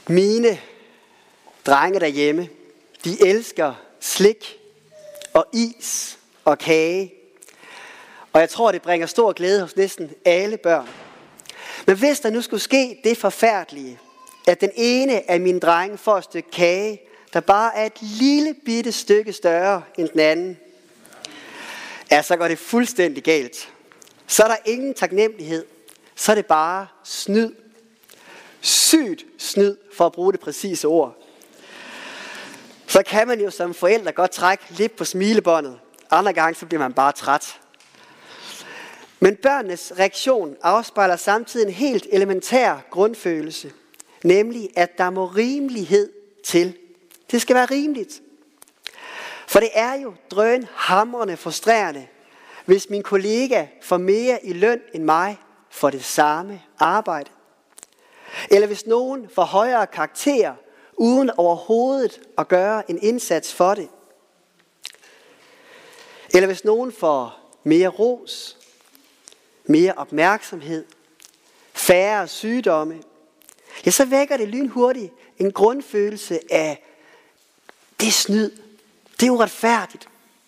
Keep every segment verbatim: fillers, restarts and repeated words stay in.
Mine drenge derhjemme, de elsker slik og is og kage. Og jeg tror, det bringer stor glæde hos næsten alle børn. Men hvis der nu skulle ske det forfærdelige, at den ene af mine drenge får et stykke kage, der bare er et lille bitte stykke større end den anden, ja, så går det fuldstændig galt. Så er der ingen taknemmelighed. Så er det bare snyd. Sygt snyd, for at bruge det præcise ord. Så kan man jo som forældre godt trække lidt på smilebåndet. Andre gange så bliver man bare træt. Men børnenes reaktion afspejler samtidig en helt elementær grundfølelse. Nemlig, at der må rimelighed til. Det skal være rimeligt. For det er jo drønhamrende frustrerende, hvis min kollega får mere i løn end mig for det samme arbejde. Eller hvis nogen får højere karakterer, uden overhovedet at gøre en indsats for det. Eller hvis nogen får mere ros, mere opmærksomhed, færre sygdomme, ja, så vækker det lynhurtigt en grundfølelse af, det er snyd, det er uretfærdigt.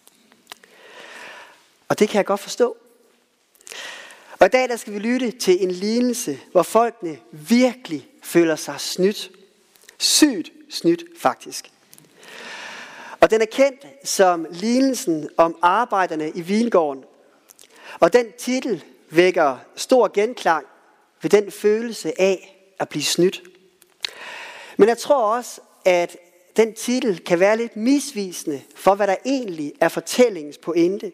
Og det kan jeg godt forstå. Og i dag der skal vi lytte til en lignelse, hvor folkene virkelig føler sig snydt. Sygt snydt faktisk. Og den er kendt som lignelsen om arbejderne i vingården. Og den titel vækker stor genklang ved den følelse af at blive snydt. Men jeg tror også, at den titel kan være lidt misvisende for, hvad der egentlig er fortællingens pointe.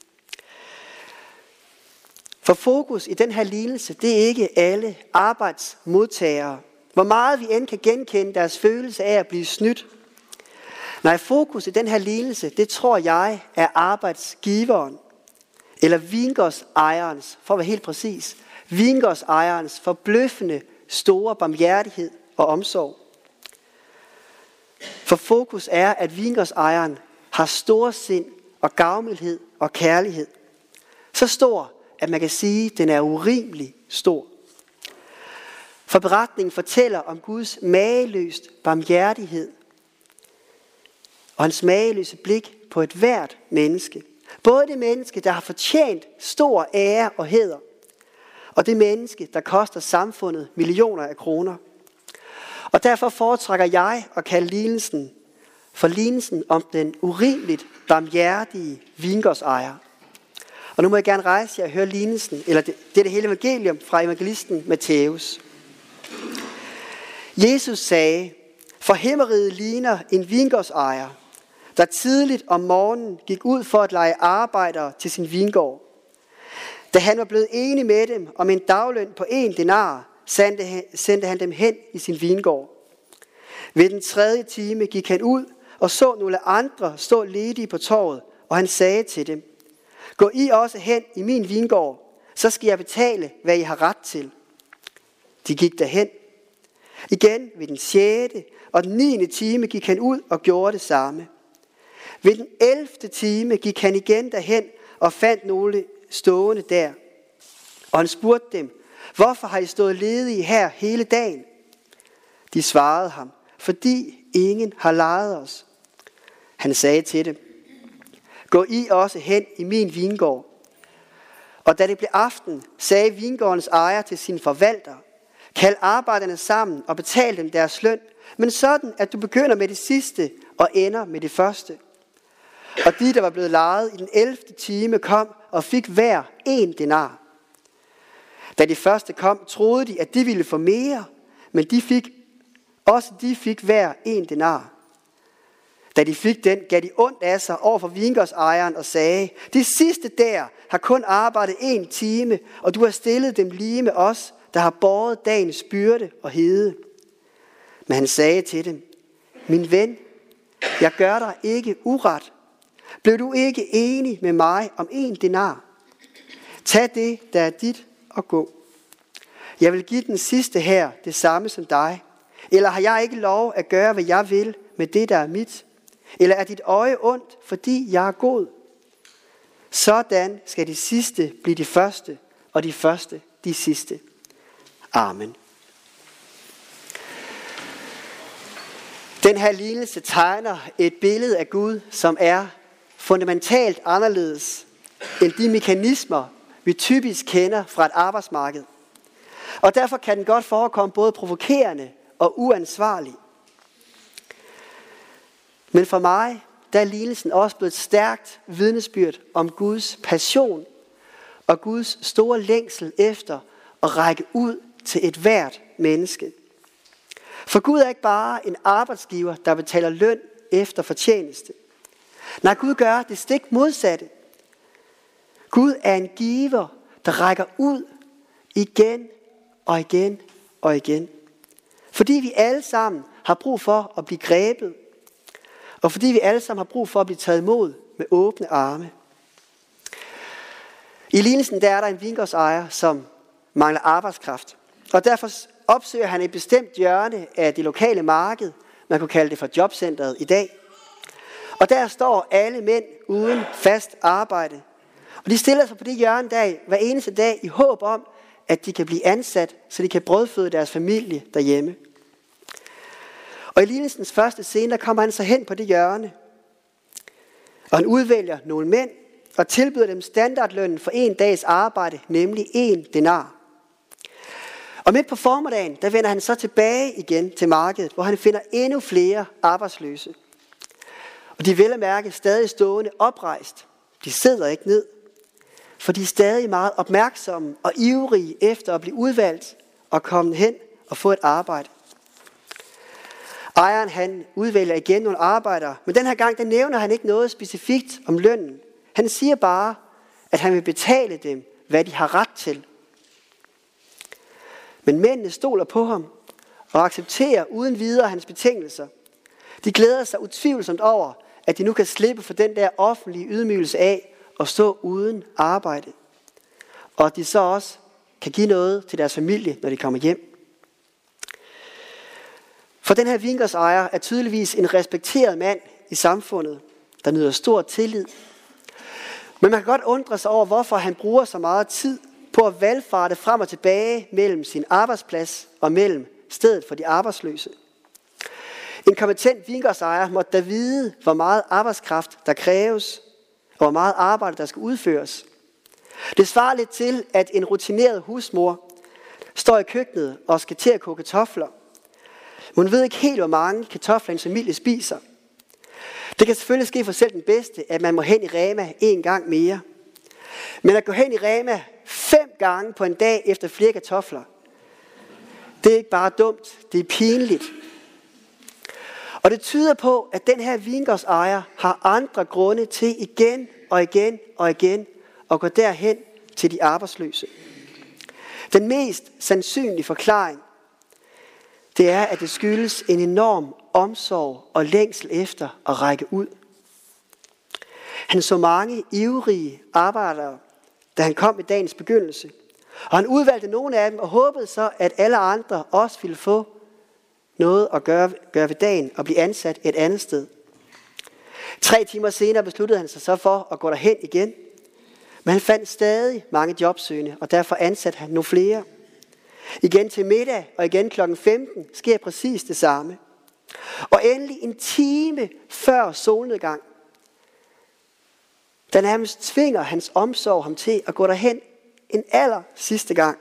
For fokus i den her lignelse, det er ikke alle arbejdsmodtagere. Hvor meget vi end kan genkende deres følelse af at blive snydt. Nej, fokus i den her lignelse, det tror jeg er arbejdsgiveren. Eller vingårdsejerens, for at være helt præcis. Vingårdsejerens forbløffende store barmhjertighed og omsorg. For fokus er, at vingårdsejeren har storsind og gavmildhed og kærlighed. Så stor, at man kan sige, at den er urimelig stor. For beretningen fortæller om Guds mageløst barmhjertighed og hans mageløse blik på et hvert menneske. Både det menneske, der har fortjent stor ære og hæder, og det menneske, der koster samfundet millioner af kroner. Og derfor foretrækker jeg at kalde lignelsen for lignelsen om den urimeligt barmhjertige vingårdsejer. Og nu må jeg gerne rejse jer og høre lignelsen, eller det, det er det hele evangelium fra evangelisten Matthæus. Jesus sagde, for himmeriget ligner en vingårdsejer, der tidligt om morgenen gik ud for at lege arbejdere til sin vingård. Da han var blevet enig med dem om en dagløn på en denar, sendte han dem hen i sin vingård. Ved den tredje time gik han ud og så nogle andre stå ledige på torvet, og han sagde til dem, gå I også hen i min vingård, så skal jeg betale, hvad I har ret til. De gik derhen. Igen ved den sjette og den niende time gik han ud og gjorde det samme. Ved den ellevte time gik han igen derhen og fandt nogle stående der. Og han spurgte dem, hvorfor har I stået ledige her hele dagen? De svarede ham, fordi ingen har lejet os. Han sagde til dem, gå I også hen i min vingård. Og da det blev aften, sagde vingårdens ejer til sin forvalter, kald arbejderne sammen og betal dem deres løn, men sådan, at du begynder med det sidste og ender med det første. Og de, der var blevet lejet i den ellevte time, kom og fik hver en denar. Da de første kom, troede de, at de ville få mere, men de fik, også de fik hver en denar. Da de fik den, gav de ondt af sig over for vingårdsejeren og sagde, de sidste der har kun arbejdet en time, og du har stillet dem lige med os, der har båret dagens byrde og hede. Men han sagde til dem, min ven, jeg gør dig ikke uret. Blev du ikke enig med mig om en denar? Tag det, der er dit, og gå. Jeg vil give den sidste her det samme som dig. Eller har jeg ikke lov at gøre, hvad jeg vil med det, der er mit? Eller er dit øje ondt, fordi jeg er god? Sådan skal de sidste blive de første, og de første de sidste. Amen. Den her lignelse tegner et billede af Gud, som er fundamentalt anderledes end de mekanismer, vi typisk kender fra et arbejdsmarked. Og derfor kan den godt forekomme både provokerende og uansvarlig. Men for mig, der er lignelsen også blevet et stærkt vidnesbyrd om Guds passion og Guds store længsel efter at række ud til et hvert menneske. For Gud er ikke bare en arbejdsgiver, der betaler løn efter fortjeneste. Nej, Gud gør det stik modsatte. Gud er en giver, der rækker ud igen og igen og igen. Fordi vi alle sammen har brug for at blive grebet. Og fordi vi alle sammen har brug for at blive taget imod med åbne arme. I lignelsen der er der en vingårdsejer, som mangler arbejdskraft. Og derfor opsøger han et bestemt hjørne af det lokale marked. Man kunne kalde det for jobcentret i dag. Og der står alle mænd uden fast arbejde. Og de stiller sig på det hjørne dag, hver eneste dag i håb om, at de kan blive ansat, så de kan brødføde deres familie derhjemme. Og i lignelsens første scene, der kommer han så hen på det hjørne. Og han udvælger nogle mænd og tilbyder dem standardlønnen for en dags arbejde, nemlig en denar. Og midt på formiddagen, der vender han så tilbage igen til markedet, hvor han finder endnu flere arbejdsløse. Og de vel at mærke stadig stående oprejst. De sidder ikke ned, for de er stadig meget opmærksomme og ivrige efter at blive udvalgt og komme hen og få et arbejde. Ejeren han udvælger igen nogle arbejdere, men den her gang der nævner han ikke noget specifikt om lønnen. Han siger bare, at han vil betale dem, hvad de har ret til. Men mændene stoler på ham og accepterer uden videre hans betingelser. De glæder sig utvivlsomt over, at de nu kan slippe for den der offentlige ydmygelse af at stå uden arbejde. Og at de så også kan give noget til deres familie, når de kommer hjem. For den her vingårdsejer er tydeligvis en respekteret mand i samfundet, der nyder stor tillid. Men man kan godt undre sig over, hvorfor han bruger så meget tid på at valfarte frem og tilbage mellem sin arbejdsplads og mellem stedet for de arbejdsløse. En kompetent vingårdsejer måtte da vide, hvor meget arbejdskraft der kræves, og hvor meget arbejde der skal udføres. Det svarer lidt til, at en rutineret husmor står i køkkenet og skal til at koge kartofler. Hun ved ikke helt, hvor mange kartofler en familie spiser. Det kan selvfølgelig ske for selv den bedste, at man må hen i Rema en gang mere. Men at gå hen i Rema fem gange på en dag efter flere kartofler, det er ikke bare dumt, det er pinligt. Og det tyder på, at den her vingårdsejer har andre grunde til igen og igen og igen at gå derhen til de arbejdsløse. Den mest sandsynlige forklaring, det er, at det skyldes en enorm omsorg og længsel efter at række ud. Han så mange ivrige arbejdere, da han kom i dagens begyndelse. Og han udvalgte nogle af dem og håbede så, at alle andre også ville få noget at gøre, gøre ved dagen og blive ansat et andet sted. Tre timer senere besluttede han sig så for at gå derhen igen. Men han fandt stadig mange jobsøgende, og derfor ansatte han nogle flere. Igen til middag og igen klokken femten sker præcis det samme. Og endelig en time før solnedgang, der nærmest tvinger hans omsorg ham til at gå derhen en aller sidste gang.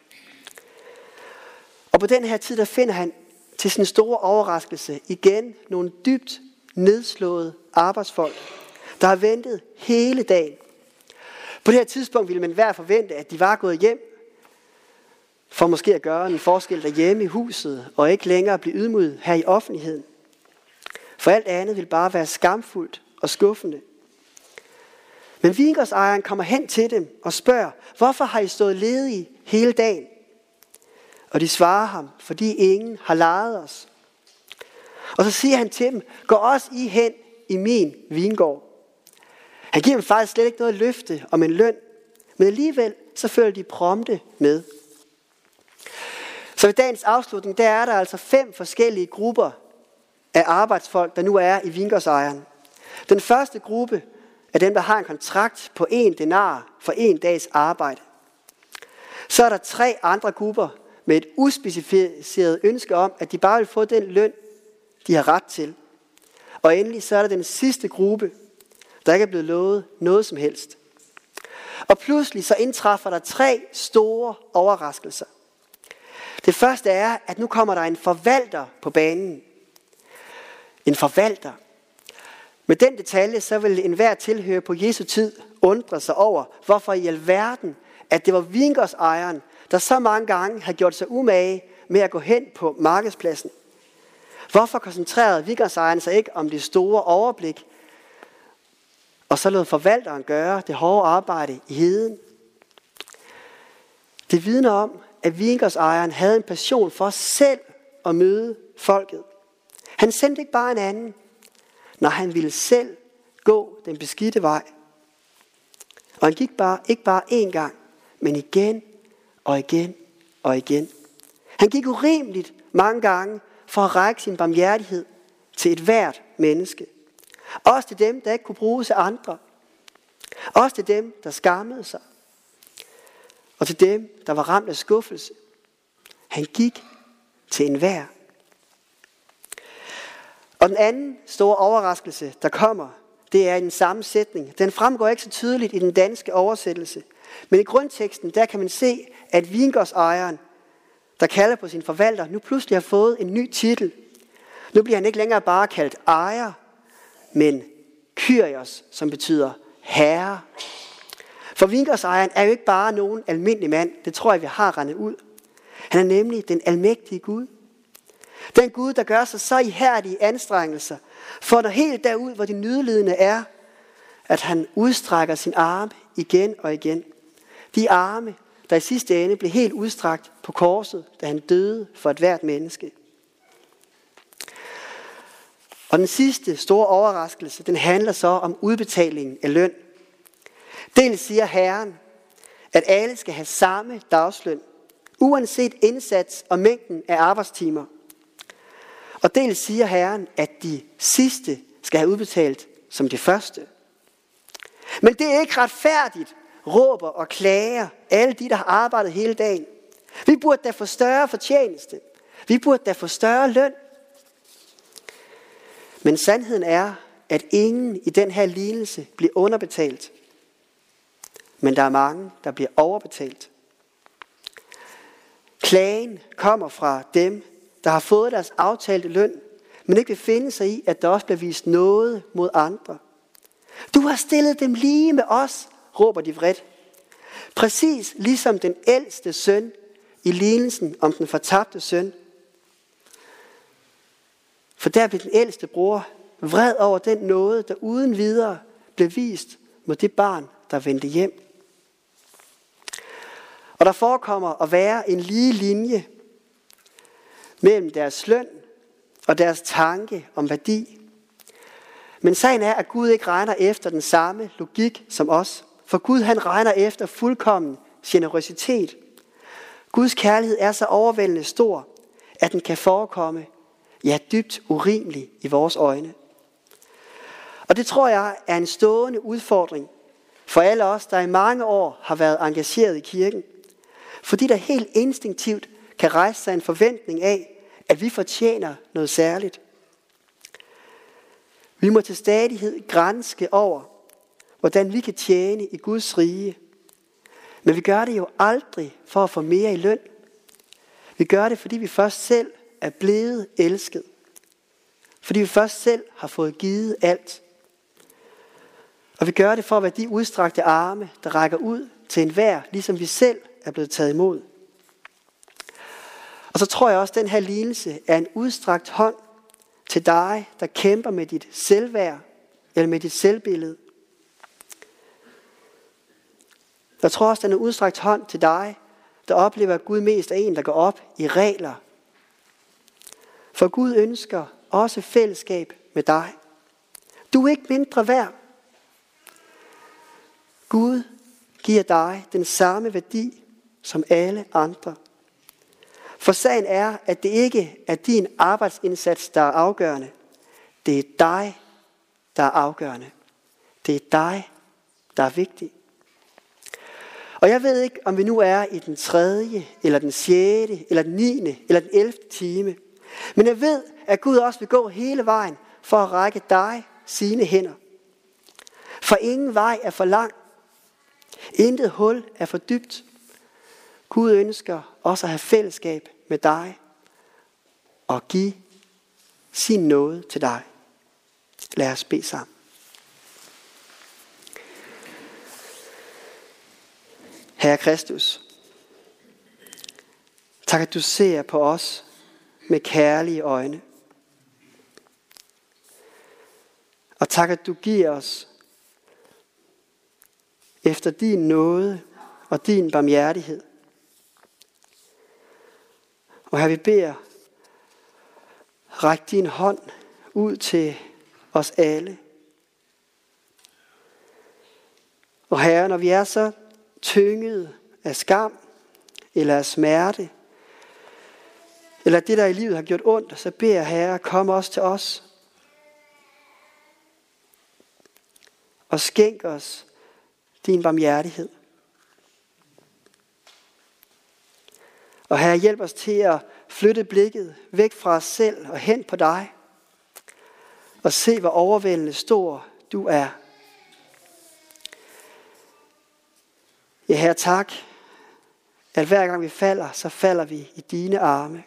Og på den her tid, der finder han til sin store overraskelse igen nogle dybt nedslåede arbejdsfolk, der har ventet hele dagen. På det her tidspunkt ville man hver forvente, at de var gået hjem, for måske at gøre en forskel derhjemme i huset, og ikke længere blive ydmyget her i offentligheden. For alt andet vil bare være skamfuldt og skuffende. Men vingårdsejeren kommer hen til dem og spørger, hvorfor har I stået ledige hele dagen? Og de svarer ham, fordi ingen har lejet os. Og så siger han til dem, gå også I hen i min vingård. Han giver dem faktisk slet ikke noget løfte om en løn, men alligevel så følger de prompte med. Så ved dagens afslutning, der er der altså fem forskellige grupper af arbejdsfolk, der nu er i vingårdsejeren. Den første gruppe er dem, der har en kontrakt på en denar for en dags arbejde. Så er der tre andre grupper med et uspecificeret ønske om, at de bare vil få den løn, de har ret til. Og endelig så er der den sidste gruppe, der ikke er blevet lovet noget som helst. Og pludselig så indtræffer der tre store overraskelser. Det første er, at nu kommer der en forvalter på banen. En forvalter. Med den detalje, så vil enhver tilhører på Jesu tid undre sig over, hvorfor i alverden, at det var vingårdsejeren, der så mange gange har gjort sig umage med at gå hen på markedspladsen. Hvorfor koncentrerede vingårdsejeren sig ikke om det store overblik, og så lod forvalteren gøre det hårde arbejde i heden? Det vidner om, at vingårdsejeren havde en passion for selv at møde folket. Han sendte ikke bare en anden, når han ville selv gå den beskidte vej. Og han gik bare, ikke bare én gang, men igen og igen og igen. Han gik urimeligt mange gange for at række sin barmhjertighed til et hvert menneske. Også til dem, der ikke kunne bruges af andre. Også til dem, der skammede sig. Og til dem, der var ramt af skuffelse. Han gik til enhver. Og den anden store overraskelse, der kommer, det er en sammensætning. Den fremgår ikke så tydeligt i den danske oversættelse. Men i grundteksten, der kan man se, at vingårdsejeren, der kalder på sin forvalter, nu pludselig har fået en ny titel. Nu bliver han ikke længere bare kaldt ejer, men Kyrios, som betyder herre. For vingårdsejeren er jo ikke bare nogen almindelig mand. Det tror jeg, vi har rendet ud. Han er nemlig den almægtige Gud. Den Gud, der gør sig så ihærdige anstrengelser, for at nå helt derud, hvor de nødlidende er, at han udstrækker sin arme igen og igen. De arme, der i sidste ende blev helt udstrakt på korset, da han døde for et hvert menneske. Og den sidste store overraskelse, den handler så om udbetalingen af løn. Dels siger Herren, at alle skal have samme dagsløn, uanset indsats og mængden af arbejdstimer. Og dels siger Herren, at de sidste skal have udbetalt som det første. Men det er ikke retfærdigt, råber og klager alle de, der har arbejdet hele dagen. Vi burde da få større fortjeneste. Vi burde da få større løn. Men sandheden er, at ingen i den her lignelse bliver underbetalt. Men der er mange, der bliver overbetalt. Klagen kommer fra dem, der har fået deres aftalte løn, men ikke vil finde sig i, at der også bliver vist noget mod andre. Du har stillet dem lige med os, råber de vredt. Præcis ligesom den ældste søn i lignelsen om den fortabte søn. For der blev den ældste bror vred over den nåde, der uden videre blev vist mod det barn, der vendte hjem. Og der forekommer at være en lige linje mellem deres løn og deres tanke om værdi. Men sagen er, at Gud ikke regner efter den samme logik som os. For Gud han regner efter fuldkommen generøsitet. Guds kærlighed er så overvældende stor, at den kan forekomme, ja, dybt urimelig i vores øjne. Og det tror jeg er en stående udfordring for alle os, der i mange år har været engageret i kirken. Fordi der helt instinktivt kan rejse sig en forventning af, at vi fortjener noget særligt. Vi må til stadighed granske over, hvordan vi kan tjene i Guds rige. Men vi gør det jo aldrig for at få mere i løn. Vi gør det, fordi vi først selv er blevet elsket. Fordi vi først selv har fået givet alt. Og vi gør det for at være de udstrakte arme, der rækker ud til enhver, ligesom vi selv er blevet taget imod. Og så tror jeg også, at den her lignelse er en udstrakt hånd til dig, der kæmper med dit selvværd eller med dit selvbillede. Jeg tror også, at den er en udstrakt hånd til dig, der oplever, at Gud mest er en, der går op i regler. For Gud ønsker også fællesskab med dig. Du er ikke mindre værd. Gud giver dig den samme værdi som alle andre. For sagen er, at det ikke er din arbejdsindsats, der er afgørende. Det er dig, der er afgørende. Det er dig, der er vigtig. Og jeg ved ikke, om vi nu er i den tredje, eller den sjette, eller den niende, eller den ellevte time. Men jeg ved, at Gud også vil gå hele vejen for at række dig sine hænder. For ingen vej er for lang. Intet hul er for dybt. Gud ønsker også at have fællesskab med dig og give sin nåde til dig. Lad os bede sammen. Herre Kristus, tak at du ser på os med kærlige øjne. Og tak at du giver os efter din nåde og din barmhjertighed. Og her vi beder, ræk din hånd ud til os alle. Og Herre, når vi er så tynget af skam eller af smerte, eller det der i livet har gjort ondt, så beder jeg, Herre, kom også til os. Og skænk os din barmhjertighed. Og Herre, hjælp os til at flytte blikket væk fra os selv og hen på dig. Og se, hvor overvældende stor du er. Ja, Herre, tak, at hver gang vi falder, så falder vi i dine arme.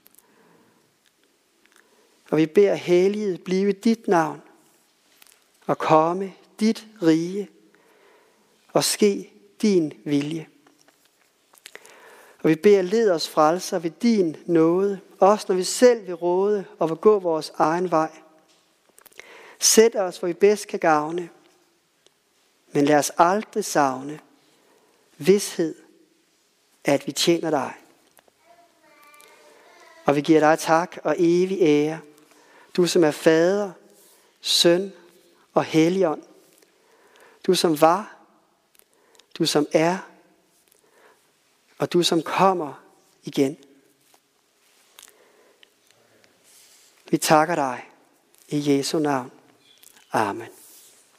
Og vi beder helliget blive dit navn, og komme dit rige, og ske din vilje. Og vi beder, led os frelser ved din nåde, også når vi selv vil råde og vil gå vores egen vej. Sæt os, hvor vi bedst kan gavne, men lad os aldrig savne vished, at vi tjener dig. Og vi giver dig tak og evig ære, du som er fader, søn og helligånd. Du som var, du som er, og du som kommer igen. Vi takker dig i Jesu navn. Amen.